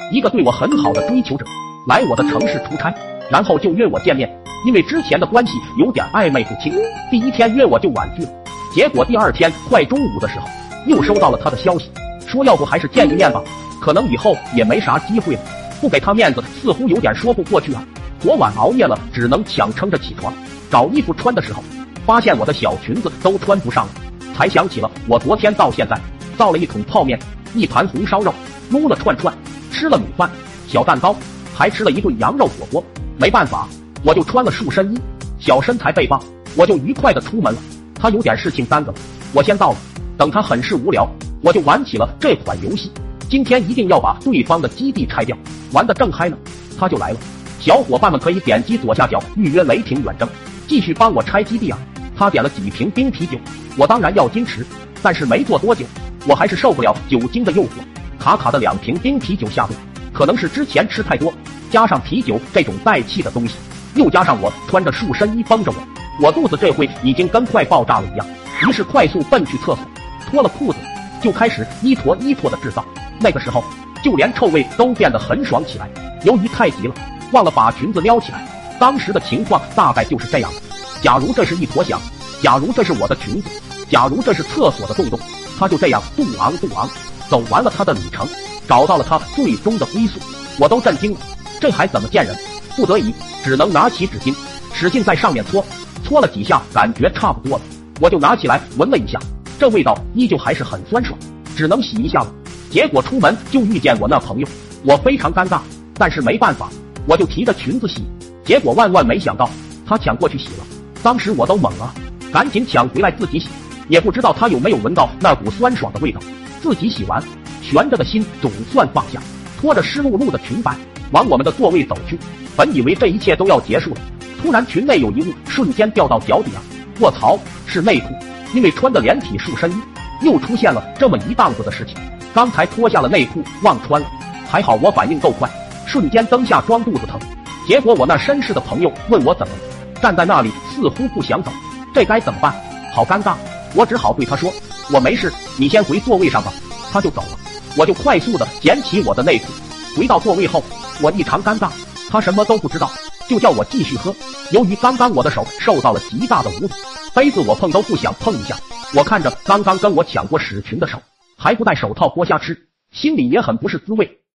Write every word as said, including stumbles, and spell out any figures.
一个对我很好的追求者来我的城市出差，然后就约我见面。因为之前的关系有点暧昧不清，第一天约我就婉拒了。结果第二天快中午的时候，又收到了他的消息，说要不还是见一面吧，可能以后也没啥机会了。不给他面子，似乎有点说不过去啊。昨晚熬夜了，只能强撑着起床，找衣服穿的时候，发现我的小裙子都穿不上了，才想起了我昨天到现在造了一桶泡面，一盘红烧肉，撸了串串，吃了米饭、小蛋糕，还吃了一顿羊肉火锅。没办法，我就穿了束身衣，小身材倍棒，我就愉快的出门了。他有点事情耽搁了，我先到了。等他很是无聊，我就玩起了这款游戏。今天一定要把对方的基地拆掉，玩得正嗨呢，他就来了。小伙伴们可以点击左下角预约雷霆远征，继续帮我拆基地啊！他点了几瓶冰啤酒，我当然要矜持，但是没做多久，我还是受不了酒精的诱惑，卡卡的两瓶冰啤酒下肚。可能是之前吃太多，加上啤酒这种带气的东西，又加上我穿着束身衣绷着我，我肚子这回已经跟快爆炸了一样。于是快速奔去厕所，脱了裤子就开始一坨一坨的制造。那个时候就连臭味都变得很爽起来。由于太急了，忘了把裙子撩起来，当时的情况大概就是这样的。假如这是一坨翔，假如这是我的裙子，假如这是厕所的洞洞，他就这样肚昂肚昂走完了他的旅程，找到了他最终的归宿。我都震惊了，这还怎么见人？不得已只能拿起纸巾使劲在上面搓，搓了几下感觉差不多了，我就拿起来闻了一下，这味道依旧还是很酸爽，只能洗一下了。结果出门就遇见我那朋友，我非常尴尬，但是没办法，我就提着裙子洗。结果万万没想到他抢过去洗了，当时我都懵了，赶紧抢回来自己洗。也不知道他有没有闻到那股酸爽的味道，自己洗完悬着的心总算放下，拖着湿漉漉的裙摆往我们的座位走去。本以为这一切都要结束了，突然裙内有一物瞬间掉到脚底啊！卧槽，是内裤！因为穿的连体束身衣，又出现了这么一档子的事情。刚才脱下了内裤忘穿了，还好我反应够快，瞬间蹬下装肚子疼。结果我那绅士的朋友问我怎么了，站在那里似乎不想走，这该怎么办？好尴尬，我只好对他说，我没事，你先回座位上吧。他就走了，我就快速的捡起我的内裤，回到座位后，我异常尴尬，他什么都不知道，就叫我继续喝。由于刚刚我的手受到了极大的侮辱，杯子我碰都不想碰一下。我看着刚刚跟我抢过屎裙的手，还不戴手套剥虾吃，心里也很不是滋味。